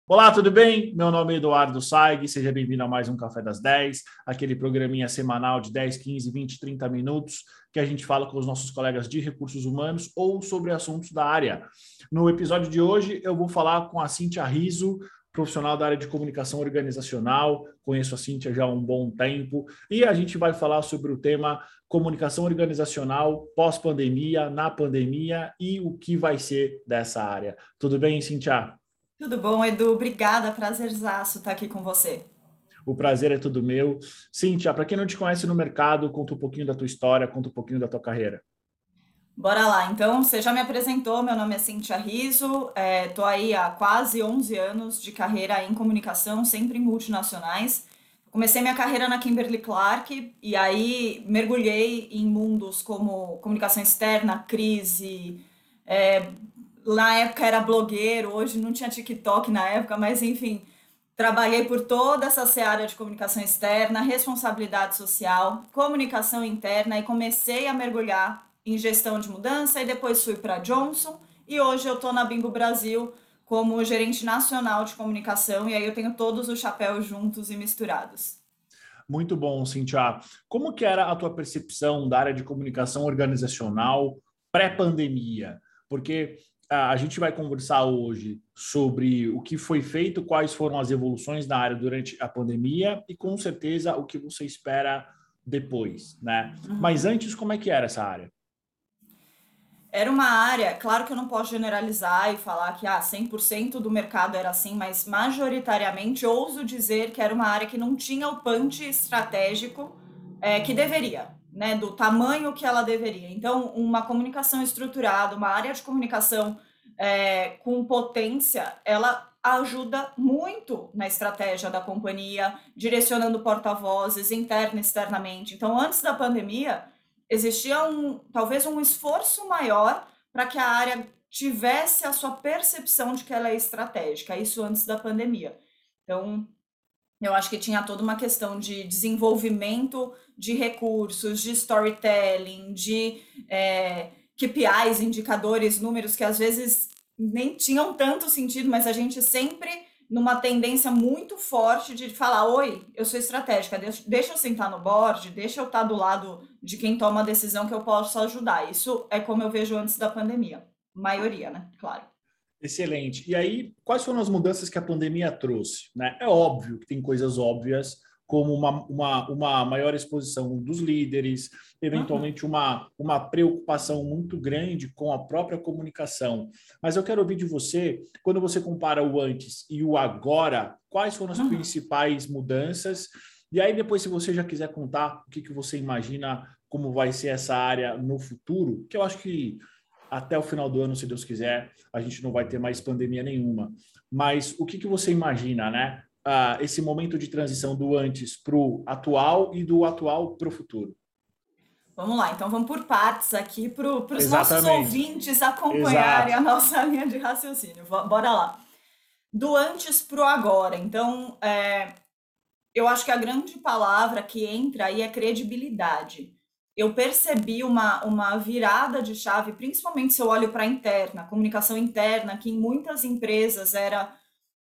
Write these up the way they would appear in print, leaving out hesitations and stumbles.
Olá, tudo bem? Meu nome é Eduardo Saig, seja bem-vindo a mais um Café das 10, aquele programinha semanal de 10, 15, 20, 30 minutos que a gente fala com os nossos colegas de recursos humanos ou sobre assuntos da área. No episódio de hoje, eu vou falar com a Cíntia Riso, profissional da área de comunicação organizacional. Conheço a Cíntia já há um bom tempo e a gente vai falar sobre o tema comunicação organizacional pós-pandemia, na pandemia e o que vai ser dessa área. Tudo bem, Cíntia? Tudo bom, Edu? Obrigada, prazerzaço estar aqui com você. O prazer é todo meu. Cíntia, para quem não te conhece no mercado, conta um pouquinho da tua história, conta um pouquinho da tua carreira. Bora lá, então, você já me apresentou, meu nome é Cíntia Riso, tô aí há quase 11 anos de carreira em comunicação, sempre em multinacionais. Comecei minha carreira na Kimberly-Clark e aí mergulhei em mundos como comunicação externa, crise, é, na época era blogueiro, hoje não tinha TikTok na época, mas enfim, trabalhei por toda essa seara de comunicação externa, responsabilidade social, comunicação interna e comecei a mergulhar em gestão de mudança e depois fui para Johnson e hoje eu estou na Bimbo Brasil como gerente nacional de comunicação e aí eu tenho todos os chapéus juntos e misturados. Muito bom, Cíntia. Como que era a tua percepção da área de comunicação organizacional pré-pandemia? Porque a gente vai conversar hoje sobre o que foi feito, quais foram as evoluções na área durante a pandemia e, com certeza, o que você espera depois, né? Mas antes, como é que era essa área? Era uma área, claro que eu não posso generalizar e falar que 100% do mercado era assim, mas majoritariamente ouso dizer que era uma área que não tinha o punch estratégico que deveria, né, do tamanho que ela deveria. Então, uma comunicação estruturada, uma área de comunicação com potência, ela ajuda muito na estratégia da companhia, direcionando porta-vozes interna e externamente. Então, antes da pandemia, existia talvez um esforço maior para que a área tivesse a sua percepção de que ela é estratégica, isso antes da pandemia. Então, eu acho que tinha toda uma questão de desenvolvimento de recursos, de storytelling, de KPIs, indicadores, números que às vezes nem tinham tanto sentido, mas a gente sempre numa tendência muito forte de falar: oi, eu sou estratégica, deixa eu sentar no board, deixa eu estar do lado de quem toma a decisão que eu posso ajudar. Isso é como eu vejo antes da pandemia. Maioria, né? Claro. Excelente. E aí, quais foram as mudanças que a pandemia trouxe? Né? É óbvio que tem coisas óbvias, como uma maior exposição dos líderes, Uhum. eventualmente uma preocupação muito grande com a própria comunicação. Mas eu quero ouvir de você, quando você compara o antes e o agora, quais foram as Uhum. principais mudanças? E aí, depois, se você já quiser contar o que, que você imagina como vai ser essa área no futuro, que eu acho que até o final do ano, se Deus quiser, a gente não vai ter mais pandemia nenhuma. Mas o que, que você imagina, né? Esse momento de transição do antes para o atual e do atual para o futuro. Vamos lá, então vamos por partes aqui para os nossos Exatamente. ouvintes acompanharem Exato. a nossa linha de raciocínio. Bora lá. Do antes para o agora. Então, eu acho que a grande palavra que entra aí é credibilidade. Eu percebi uma virada de chave, principalmente se eu olho para a interna, comunicação interna, que em muitas empresas era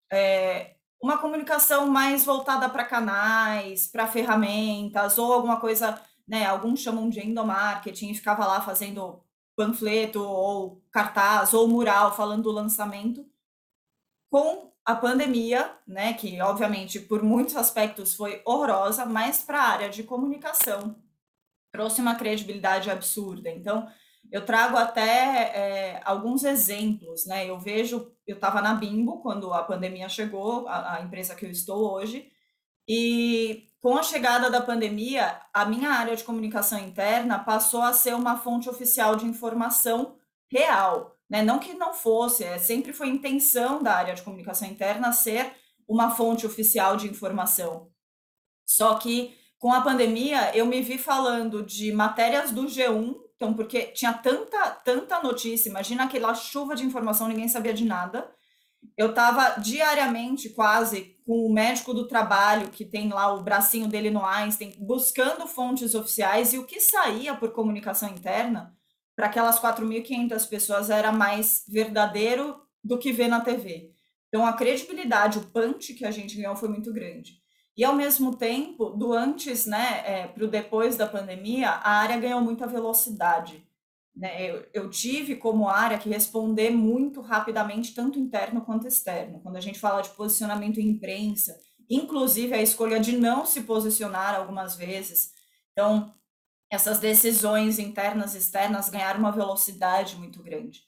uma comunicação mais voltada para canais, para ferramentas, ou alguma coisa, né? Alguns chamam de endomarketing, e ficava lá fazendo panfleto, ou cartaz, ou mural, falando do lançamento. Com a pandemia, né, que obviamente por muitos aspectos foi horrorosa, mas para a área de comunicação trouxe uma credibilidade absurda. Então, eu trago até alguns exemplos, né? Eu estava na Bimbo quando a pandemia chegou, a empresa que eu estou hoje, e com a chegada da pandemia, a minha área de comunicação interna passou a ser uma fonte oficial de informação real, né? Não que não fosse, sempre foi intenção da área de comunicação interna ser uma fonte oficial de informação. Só que com a pandemia eu me vi falando de matérias do G1, então porque tinha tanta notícia, imagina aquela chuva de informação, ninguém sabia de nada. Eu estava diariamente, quase, com o médico do trabalho, que tem lá o bracinho dele no Einstein, buscando fontes oficiais, e o que saía por comunicação interna para aquelas 4.500 pessoas era mais verdadeiro do que ver na TV. Então, a credibilidade, o punch que a gente ganhou foi muito grande. E, ao mesmo tempo, do antes, né, para o depois da pandemia, a área ganhou muita velocidade. Né? Eu tive como área que responder muito rapidamente, tanto interno quanto externo. Quando a gente fala de posicionamento em imprensa, inclusive a escolha de não se posicionar algumas vezes. Então, essas decisões internas e externas ganharam uma velocidade muito grande.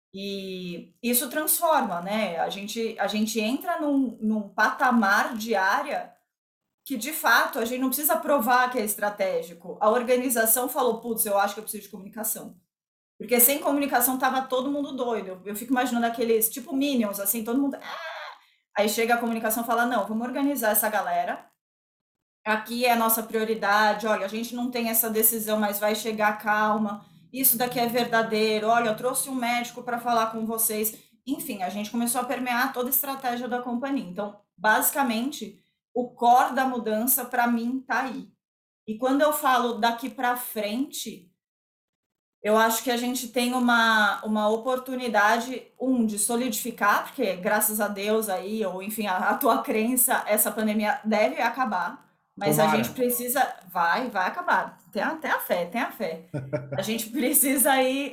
E isso transforma, né? A gente entra num patamar de área que, de fato, a gente não precisa provar que é estratégico. A organização falou, putz, eu acho que eu preciso de comunicação. Porque sem comunicação tava todo mundo doido. Eu fico imaginando aqueles, tipo Minions, assim, todo mundo... Aí chega a comunicação e fala, não, vamos organizar essa galera. Aqui é a nossa prioridade. Olha, a gente não tem essa decisão, mas vai chegar, calma. Isso daqui é verdadeiro. Olha, eu trouxe um médico para falar com vocês. Enfim, a gente começou a permear toda a estratégia da companhia. Então, basicamente, o core da mudança, para mim, tá aí. E quando eu falo daqui para frente, eu acho que a gente tem uma oportunidade, de solidificar, porque graças a Deus aí, ou enfim, a tua crença, essa pandemia deve acabar, mas a gente Tomara. precisa, vai acabar, tem a fé, tem a fé. A gente precisa aí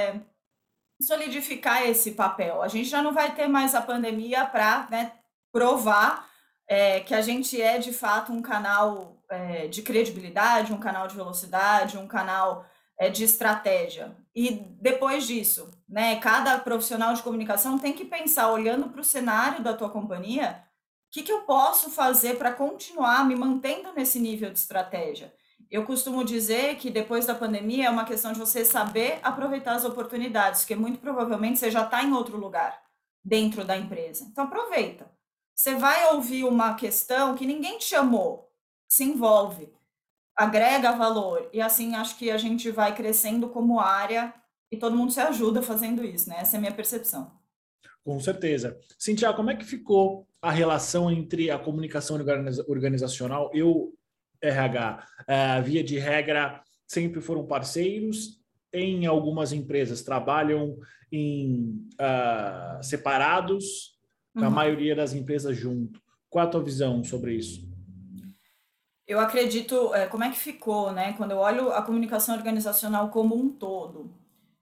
solidificar esse papel. A gente já não vai ter mais a pandemia para, né, provar que a gente é de fato um canal de credibilidade, um canal de velocidade, um canal de estratégia. E depois disso, né, cada profissional de comunicação tem que pensar, olhando para o cenário da tua companhia, o que eu posso fazer para continuar me mantendo nesse nível de estratégia? Eu costumo dizer que depois da pandemia é uma questão de você saber aproveitar as oportunidades, porque muito provavelmente você já está em outro lugar dentro da empresa. Então aproveita. Você vai ouvir uma questão que ninguém te chamou, se envolve, agrega valor, e assim acho que a gente vai crescendo como área e todo mundo se ajuda fazendo isso, né? Essa é a minha percepção. Com certeza. Cintia, como é que ficou a relação entre a comunicação organizacional e o RH? Via de regra, sempre foram parceiros. Em algumas empresas trabalham em separados, na Uhum. maioria das empresas junto. Qual a tua visão sobre isso? Eu acredito, como é que ficou, né? Quando eu olho a comunicação organizacional como um todo,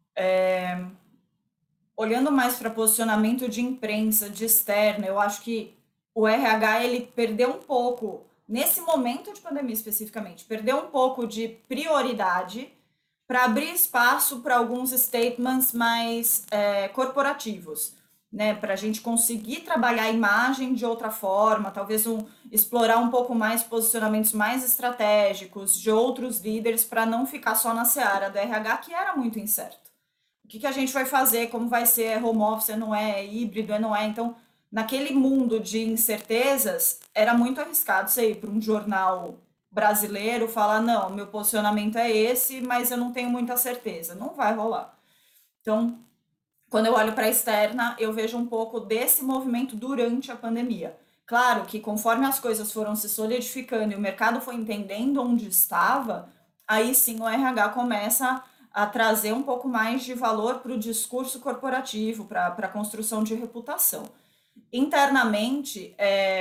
olhando mais para posicionamento de imprensa, de externa, eu acho que o RH ele perdeu um pouco, nesse momento de pandemia especificamente, perdeu um pouco de prioridade para abrir espaço para alguns statements mais corporativos, né? Para a gente conseguir trabalhar a imagem de outra forma, talvez explorar um pouco mais posicionamentos mais estratégicos de outros líderes para não ficar só na seara do RH, que era muito incerto. O que a gente vai fazer, como vai ser, home office, não é híbrido, não é. Então, naquele mundo de incertezas, era muito arriscado você ir para um jornal brasileiro falar, não, meu posicionamento é esse, mas eu não tenho muita certeza. Não vai rolar. Então, quando eu olho para a externa, eu vejo um pouco desse movimento durante a pandemia. Claro que conforme as coisas foram se solidificando e o mercado foi entendendo onde estava, aí sim o RH começa a trazer um pouco mais de valor para o discurso corporativo, para a construção de reputação. Internamente,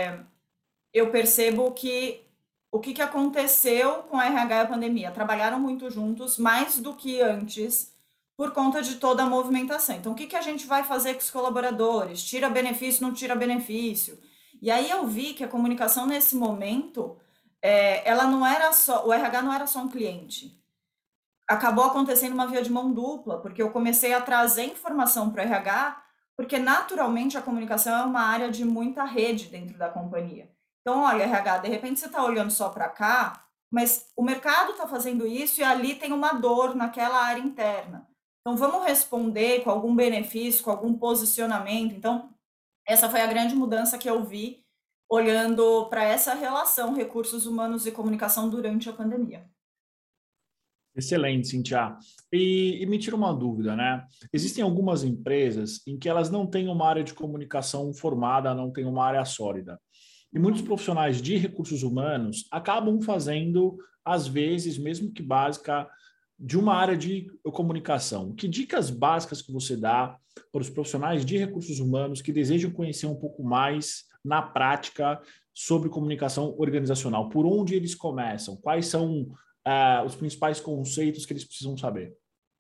eu percebo que o que aconteceu com a RH e a pandemia? Trabalharam muito juntos, mais do que antes, por conta de toda a movimentação. Então, o que a gente vai fazer com os colaboradores? Tira benefício, não tira benefício? E aí eu vi que a comunicação nesse momento, ela não era só, o RH não era só um cliente. Acabou acontecendo uma via de mão dupla, porque eu comecei a trazer informação para o RH, porque naturalmente a comunicação é uma área de muita rede dentro da companhia. Então, olha, RH, de repente você está olhando só para cá, mas o mercado está fazendo isso e ali tem uma dor naquela área interna. Então, vamos responder com algum benefício, com algum posicionamento. Então, essa foi a grande mudança que eu vi olhando para essa relação recursos humanos e comunicação durante a pandemia. Excelente, Cintia. E me tira uma dúvida, né? Existem algumas empresas em que elas não têm uma área de comunicação formada, não têm uma área sólida. E muitos profissionais de recursos humanos acabam fazendo, às vezes, mesmo que básica, de uma área de comunicação, que dicas básicas que você dá para os profissionais de recursos humanos que desejam conhecer um pouco mais na prática sobre comunicação organizacional? Por onde eles começam? Quais são os principais conceitos que eles precisam saber?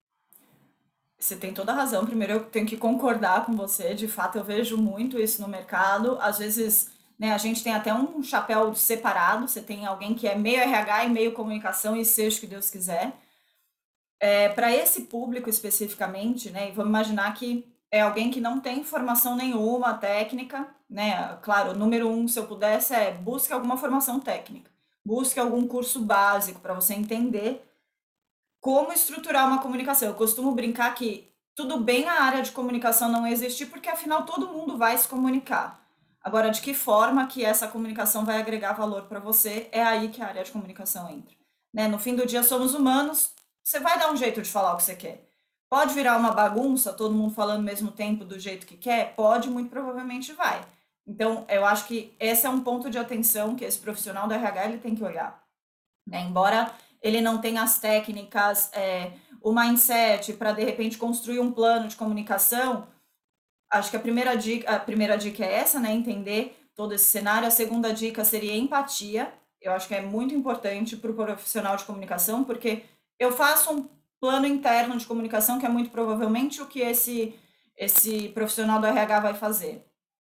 Você tem toda a razão. Primeiro, eu tenho que concordar com você. De fato, eu vejo muito isso no mercado. Às vezes, né, a gente tem até um chapéu separado. Você tem alguém que é meio RH e meio comunicação, e seja o que Deus quiser. Para esse público especificamente, né, e vamos imaginar que é alguém que não tem formação nenhuma técnica, né? Claro, número um, se eu pudesse, busque alguma formação técnica. Busque algum curso básico para você entender como estruturar uma comunicação. Eu costumo brincar que tudo bem a área de comunicação não existir, porque afinal todo mundo vai se comunicar. Agora, de que forma que essa comunicação vai agregar valor para você, é aí que a área de comunicação entra. Né? No fim do dia, somos humanos, você vai dar um jeito de falar o que você quer. Pode virar uma bagunça, todo mundo falando ao mesmo tempo do jeito que quer? Pode, muito provavelmente vai. Então, eu acho que esse é um ponto de atenção que esse profissional do RH ele tem que olhar. Né? Embora ele não tenha as técnicas, o mindset para, de repente, construir um plano de comunicação, acho que a primeira dica é essa, né? Entender todo esse cenário. A segunda dica seria empatia. Eu acho que é muito importante para o profissional de comunicação, porque eu faço um plano interno de comunicação que é muito provavelmente o que esse profissional do RH vai fazer.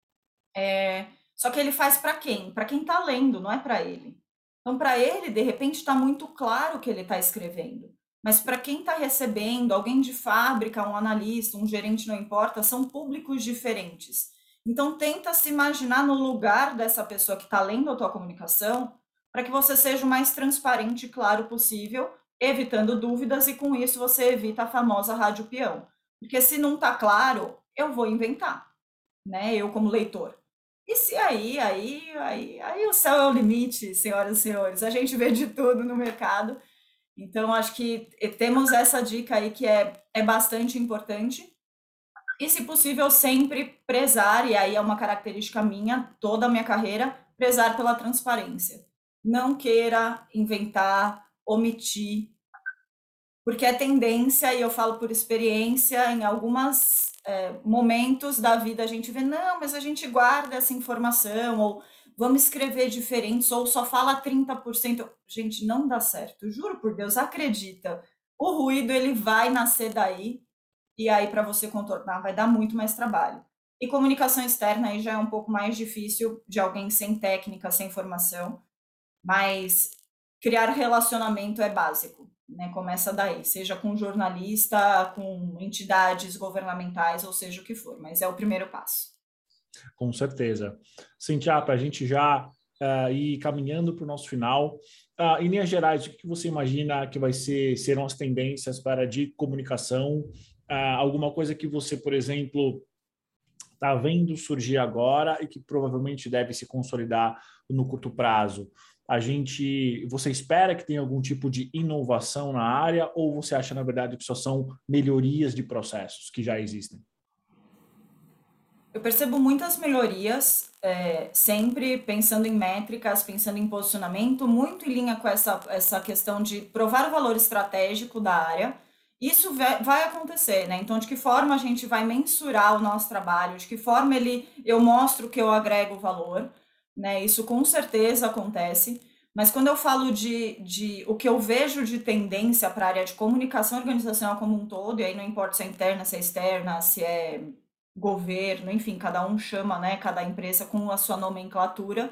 Só que ele faz para quem? Para quem está lendo, não é para ele. Então, para ele, de repente, está muito claro o que ele está escrevendo. Mas para quem está recebendo, alguém de fábrica, um analista, um gerente, não importa, são públicos diferentes. Então, tenta se imaginar no lugar dessa pessoa que está lendo a tua comunicação, para que você seja o mais transparente e claro possível, evitando dúvidas, e com isso você evita a famosa rádio peão. Porque se não está claro, eu vou inventar, né? Eu como leitor. E se aí o céu é o limite, senhoras e senhores. A gente vê de tudo no mercado. Então, acho que temos essa dica aí que é bastante importante. E, se possível, sempre prezar, e aí é uma característica minha, toda a minha carreira, prezar pela transparência. Não queira inventar, omitir, porque é tendência, e eu falo por experiência, em alguns momentos da vida a gente vê, não, mas a gente guarda essa informação, ou vamos escrever diferentes, ou só fala 30%. Gente, não dá certo, juro por Deus, acredita. O ruído, ele vai nascer daí, e aí para você contornar vai dar muito mais trabalho. E comunicação externa aí já é um pouco mais difícil, de alguém sem técnica, sem formação, mas criar relacionamento é básico, né? Começa daí, seja com jornalista, com entidades governamentais, ou seja o que for, mas é o primeiro passo. Com certeza. Cintia, para a gente já ir caminhando para o nosso final, em linhas gerais, o que você imagina que serão as tendências para de comunicação? Alguma coisa que você, por exemplo, está vendo surgir agora e que provavelmente deve se consolidar no curto prazo? Você espera que tenha algum tipo de inovação na área, ou você acha, na verdade, que só são melhorias de processos que já existem? Eu percebo muitas melhorias, sempre pensando em métricas, pensando em posicionamento, muito em linha com essa questão de provar o valor estratégico da área. Isso vai acontecer, né? Então, de que forma a gente vai mensurar o nosso trabalho, de que forma eu mostro que eu agrego valor, né? Isso com certeza acontece. Mas quando eu falo de o que eu vejo de tendência para a área de comunicação organizacional como um todo, e aí não importa se é interna, se é externa, se é governo, enfim, cada um chama, né, cada empresa com a sua nomenclatura,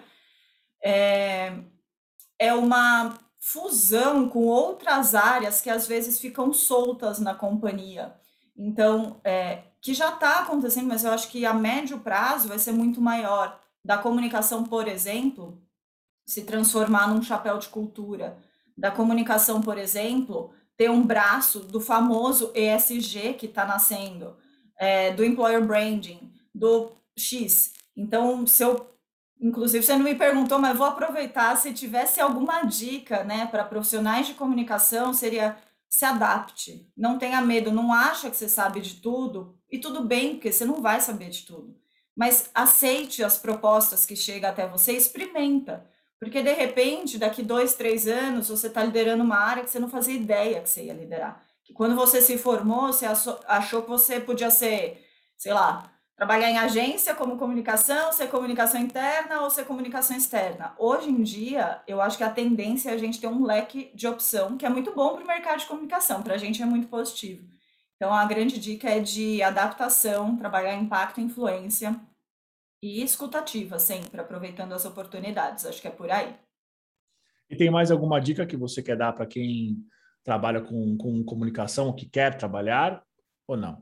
é uma fusão com outras áreas que às vezes ficam soltas na companhia. Então, que já está acontecendo, mas eu acho que a médio prazo vai ser muito maior. Da comunicação, por exemplo, se transformar num chapéu de cultura. Da comunicação, por exemplo, ter um braço do famoso ESG que está nascendo, do employer branding, do X. Então, inclusive, você não me perguntou, mas vou aproveitar, se tivesse alguma dica, né, para profissionais de comunicação, seria: se adapte, não tenha medo, não acha que você sabe de tudo, e tudo bem, porque você não vai saber de tudo. Mas aceite as propostas que chegam até você, experimenta. Porque, de repente, daqui 2, 3 anos, você está liderando uma área que você não fazia ideia que você ia liderar. Que quando você se formou, você achou que você podia ser, sei lá, trabalhar em agência como comunicação, ser comunicação interna ou ser comunicação externa. Hoje em dia, eu acho que a tendência é a gente ter um leque de opção que é muito bom para o mercado de comunicação, para a gente é muito positivo. Então, a grande dica é de adaptação, trabalhar impacto e influência e escutativa sempre, aproveitando as oportunidades. Acho que é por aí. E tem mais alguma dica que você quer dar para quem trabalha com comunicação, que quer trabalhar, ou não?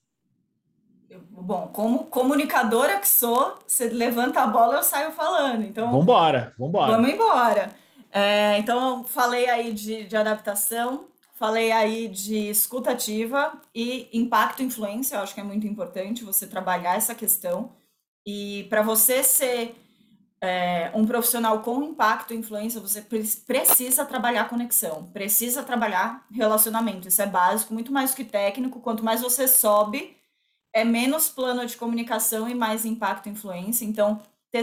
Bom, como comunicadora que sou, você levanta a bola, eu saio falando. Então, Vambora, vambora. vamos embora. Então, falei aí de adaptação, falei aí de escutativa e impacto e influência. Eu acho que é muito importante você trabalhar essa questão. E para você ser um profissional com impacto e influência, você precisa trabalhar conexão, precisa trabalhar relacionamento. Isso é básico, muito mais do que técnico. Quanto mais você sobe, é menos plano de comunicação e mais impacto e influência. Então, ter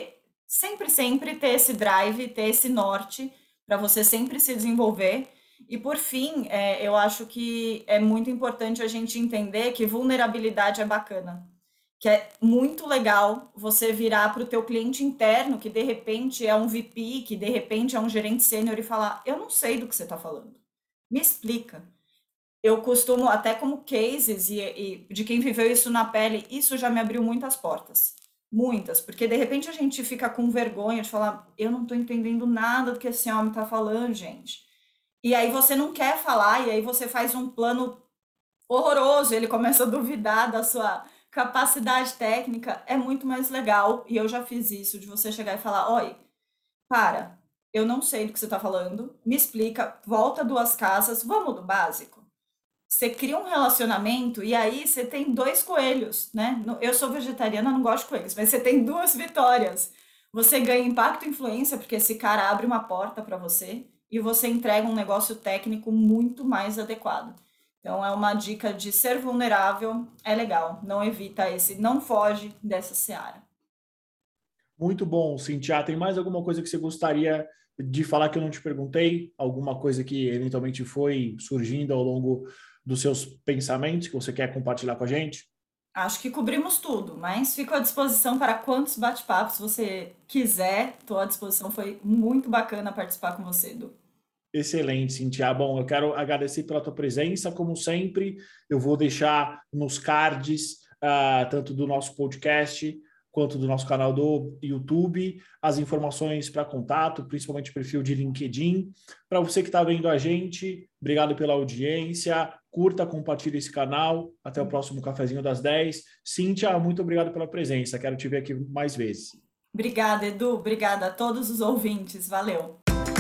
sempre ter esse drive, ter esse norte para você sempre se desenvolver. E por fim, eu acho que é muito importante a gente entender que vulnerabilidade é bacana, que é muito legal você virar para o teu cliente interno, que de repente é um VP, que de repente é um gerente sênior e falar, eu não sei do que você está falando, me explica. Eu costumo, até como cases, e de quem viveu isso na pele, isso já me abriu muitas portas. Muitas, porque de repente a gente fica com vergonha de falar, eu não estou entendendo nada do que esse homem está falando, gente. E aí você não quer falar, e aí você faz um plano horroroso, ele começa a duvidar da sua capacidade técnica. É muito mais legal, e eu já fiz isso, de você chegar e falar, oi, para, eu não sei do que você está falando, me explica, volta 2 casas, vamos do básico. Você cria um relacionamento e aí você tem 2 coelhos, né? Eu sou vegetariana, não gosto de coelhos, mas você tem 2 vitórias. Você ganha impacto e influência, porque esse cara abre uma porta para você e você entrega um negócio técnico muito mais adequado. Então, é uma dica de ser vulnerável, é legal. Não evita não foge dessa seara. Muito bom, Cintia. Tem mais alguma coisa que você gostaria de falar que eu não te perguntei? Alguma coisa que eventualmente foi surgindo ao longo dos seus pensamentos que você quer compartilhar com a gente? Acho que cobrimos tudo, mas fico à disposição para quantos bate-papos você quiser. Estou à disposição, foi muito bacana participar com você, Edu. Excelente, Cintia. Bom, eu quero agradecer pela tua presença, como sempre. Eu vou deixar nos cards, tanto do nosso podcast quanto do nosso canal do YouTube, as informações para contato, principalmente perfil de LinkedIn. Para você que está vendo a gente, obrigado pela audiência. Curta, compartilhe esse canal. Até o próximo Cafezinho das 10. Cintia, muito obrigado pela presença. Quero te ver aqui mais vezes. Obrigada, Edu. Obrigada a todos os ouvintes. Valeu.